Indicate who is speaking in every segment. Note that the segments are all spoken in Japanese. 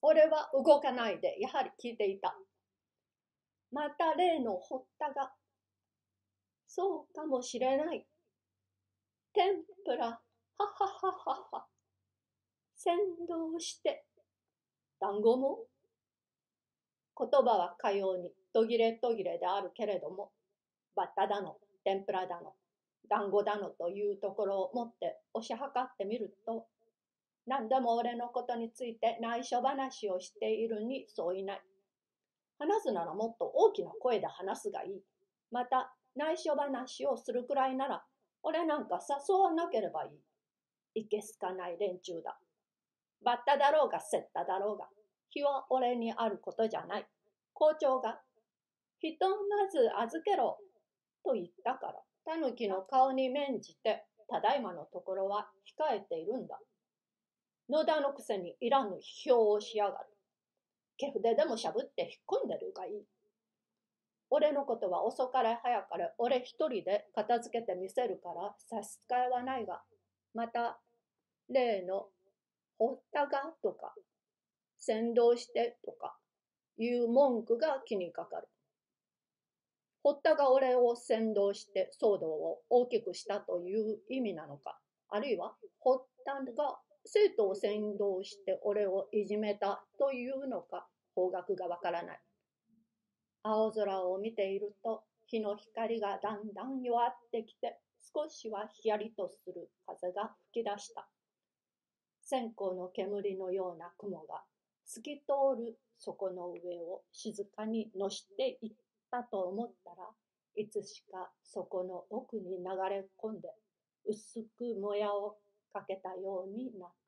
Speaker 1: 俺は動かないでやはり聞いていた。また例の堀田が。そうかもしれない。天ぷら、ははははは。先導して。団子も言葉はかように途切れ途切れであるけれども、バッタだの、天ぷらだの、団子だのというところをもって押し量ってみると、何でも俺のことについて内緒話をしているにそういない。話すならもっと大きな声で話すがいい。また内緒話をするくらいなら、俺なんか誘わなければいい。いけすかない連中だ。バッタだろうがセッタだろうが、日は俺にあることじゃない。校長が、ひとまず預けろ、と言ったから、タヌキの顔に免じて、ただいまのところは控えているんだ。野田のくせにいらぬ批評をしやがる。毛筆でもしゃぶって引っ込んでるがいい。俺のことは遅かれ早かれ俺一人で片付けてみせるから差し支えはないが、また例の堀田がとか先導してとかいう文句が気にかかる。堀田が俺を先導して騒動を大きくしたという意味なのか、あるいは堀田が生徒を先導して俺をいじめたというのか、方角がわからない。青空を見ていると日の光がだんだん弱ってきて、少しはひやりとする風が吹き出した。線香の煙のような雲が透き通る底の上を静かにのしていったと思ったら、いつしか底の奥に流れ込んで薄くもやをかけたようになった。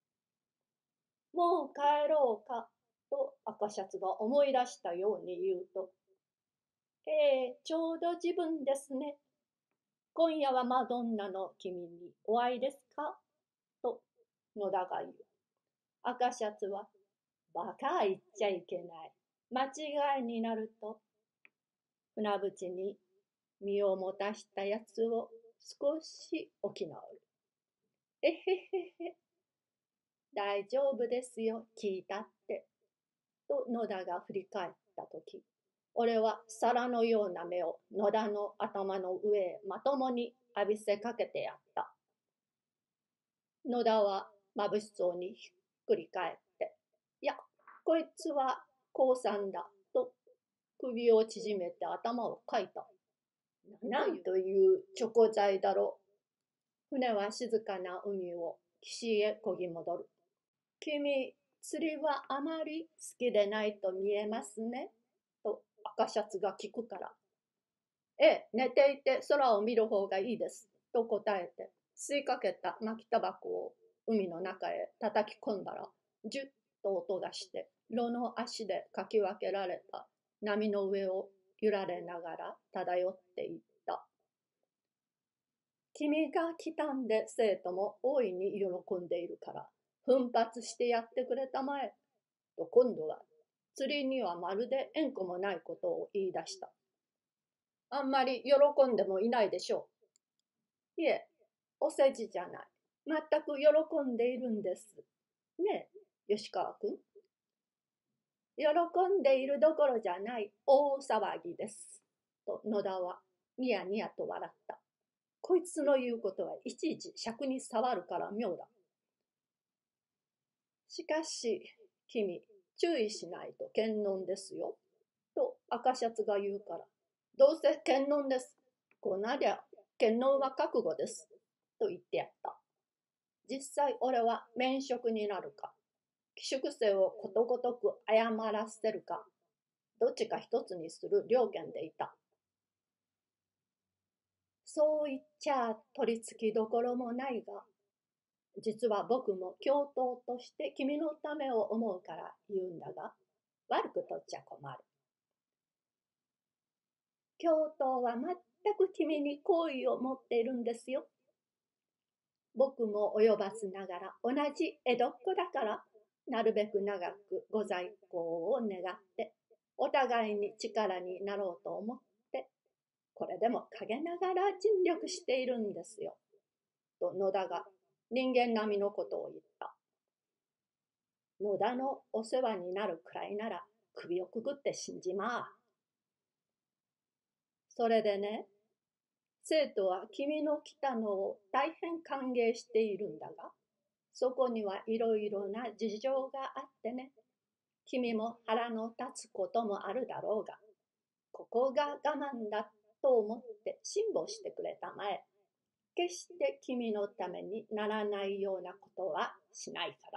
Speaker 1: もう帰ろうかと赤シャツが思い出したように言うと、ちょうど自分ですね。今夜はマドンナの君にお会いですかと野田が言う。赤シャツは、バカ言っちゃいけない。間違いになると、船淵に身をもたしたやつを少し起き直る。えへへへ、大丈夫ですよ、聞いたって。と野田が振り返ったとき、俺は皿のような目を野田の頭の上へまともに浴びせかけてやった。野田は眩しそうにひっくり返って、いや、こいつは降参だ、と首を縮めて頭をかいた。なんというチョコ材だろう。船は静かな海を岸へ漕ぎ戻る。君、釣りはあまり好きでないと見えますね。と赤シャツが聞くから。寝ていて空を見る方がいいです。と答えて、吸いかけた巻きタバコを海の中へ叩き込んだら、ジュッと音がして、炉の足でかき分けられた波の上を揺られながら漂っていった。君が来たんで生徒も大いに喜んでいるから、奮発してやってくれたまえ。と今度は釣りにはまるで縁故もないことを言い出した。あんまり喜んでもいないでしょう。いえ、お世辞じゃない。全く喜んでいるんです。ねえ、吉川君。喜んでいるどころじゃない大騒ぎです。と野田はニヤニヤと笑った。こいつの言うことはいちいち尺に触るから妙だ。しかし、君、注意しないと検問ですよ。と赤シャツが言うから、どうせ検問です。こうなりゃ、検問は覚悟です。と言ってやった。実際俺は免職になるか、寄宿生をことごとく謝らせるか、どっちか一つにする了見でいた。そう言っちゃ取り付きどころもないが、実は僕も教頭として君のためを思うから言うんだが、悪く取っちゃ困る。教頭は全く君に好意を持っているんですよ。僕も及ばずながら同じ江戸っ子だから、なるべく長くご在校を願って、お互いに力になろうと思って、これでも陰ながら尽力しているんですよ。と野田が人間並みのことを言った。 野田のお世話になるくらいなら首をくくって死んじまあ。それでね、生徒は君の来たのを大変歓迎しているんだが、そこにはいろいろな事情があってね、君も腹の立つこともあるだろうが、ここが我慢だと思って辛抱してくれたまえ。決して君のためにならないようなことはしないから。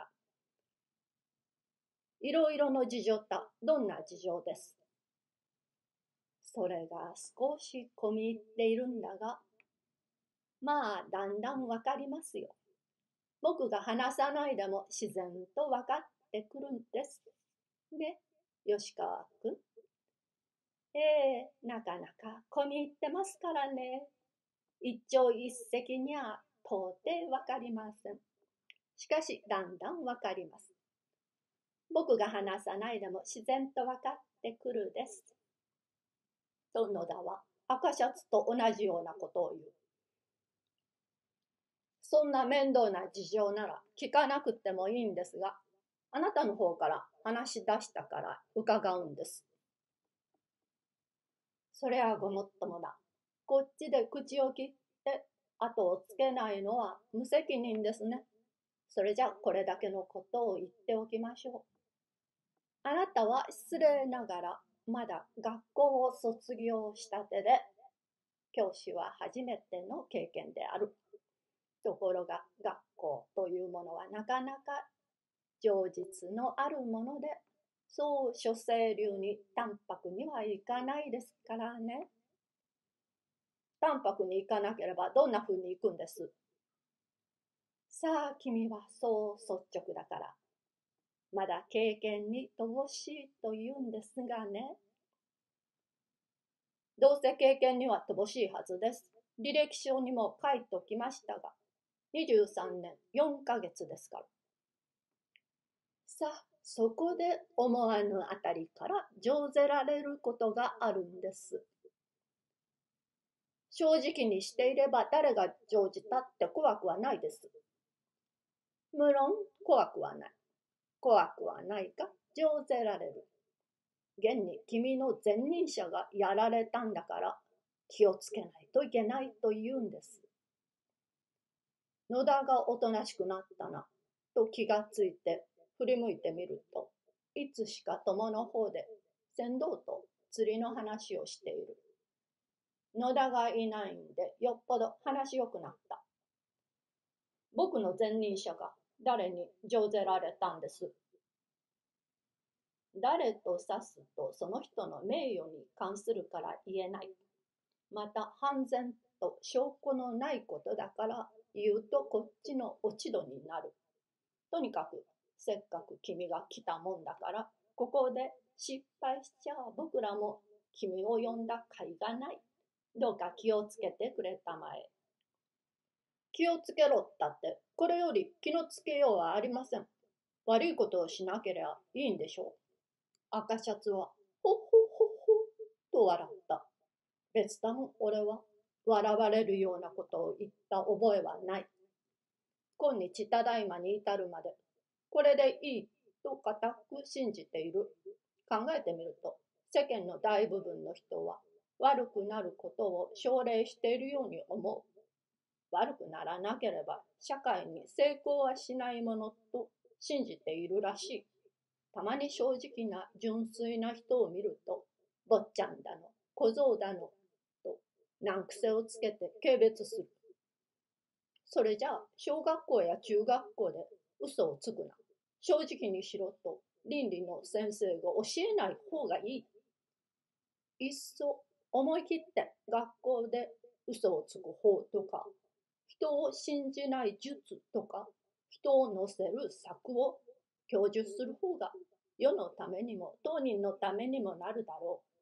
Speaker 1: いろいろの事情とどんな事情です。それが少し込み入っているんだが、まあだんだんわかりますよ。僕が話さないでも自然とわかってくるんです。ね、吉川君。なかなか込み入ってますからね。一朝一夕には到底わかりません。しかしだんだんわかります。僕が話さないでも自然とわかってくるです。と野田は赤シャツと同じようなことを言う。そんな面倒な事情なら聞かなくてもいいんですが、あなたの方から話し出したから伺うんです。それはごもっともだ。こっちで口を切って後をつけないのは無責任ですね。それじゃこれだけのことを言っておきましょう。あなたは失礼ながらまだ学校を卒業したてで、教師は初めての経験である。ところが学校というものはなかなか情実のあるもので、そう諸生流に淡白にはいかないですからね。淡白に行かなければどんな風に行くんです。さあ君はそう率直だから、まだ経験に乏しいと言うんですがね。どうせ経験には乏しいはずです。履歴書にも書いておきましたが、23年4ヶ月ですから。さあ、そこで思わぬあたりから上ぜられることがあるんです。正直にしていれば誰が乗じたって怖くはないです。無論怖くはない。怖くはないが上ぜられる。現に君の前任者がやられたんだから気をつけないといけないと言うんです。野田がおとなしくなったなと気がついて振り向いてみると、いつしか友の方で船頭と釣りの話をしている。野田がいないんでよっぽど話よくなった。僕の前任者が誰に上ぜられたんです。誰と指すとその人の名誉に関するから言えない。また判然と証拠のないことだから言うとこっちの落ち度になる。とにかくせっかく君が来たもんだから、ここで失敗しちゃ僕らも君を呼んだ甲斐がない。どうか気をつけてくれたまえ。気をつけろったって、これより気のつけようはありません。悪いことをしなければいいんでしょう。赤シャツはほほほほと笑った。別段俺は笑われるようなことを言った覚えはない。今日ただいまに至るまでこれでいいと固く信じている。考えてみると世間の大部分の人は悪くなることを奨励しているように思う。悪くならなければ社会に成功はしないものと信じているらしい。たまに正直な純粋な人を見ると、坊ちゃんだの、小僧だの、と難癖をつけて軽蔑する。それじゃあ、小学校や中学校で嘘をつくな。正直にしろと倫理の先生が教えない方がいい。いっそ思い切って学校で嘘をつく方とか、人を信じない術とか、人を乗せる策を享受する方が世のためにも当人のためにもなるだろ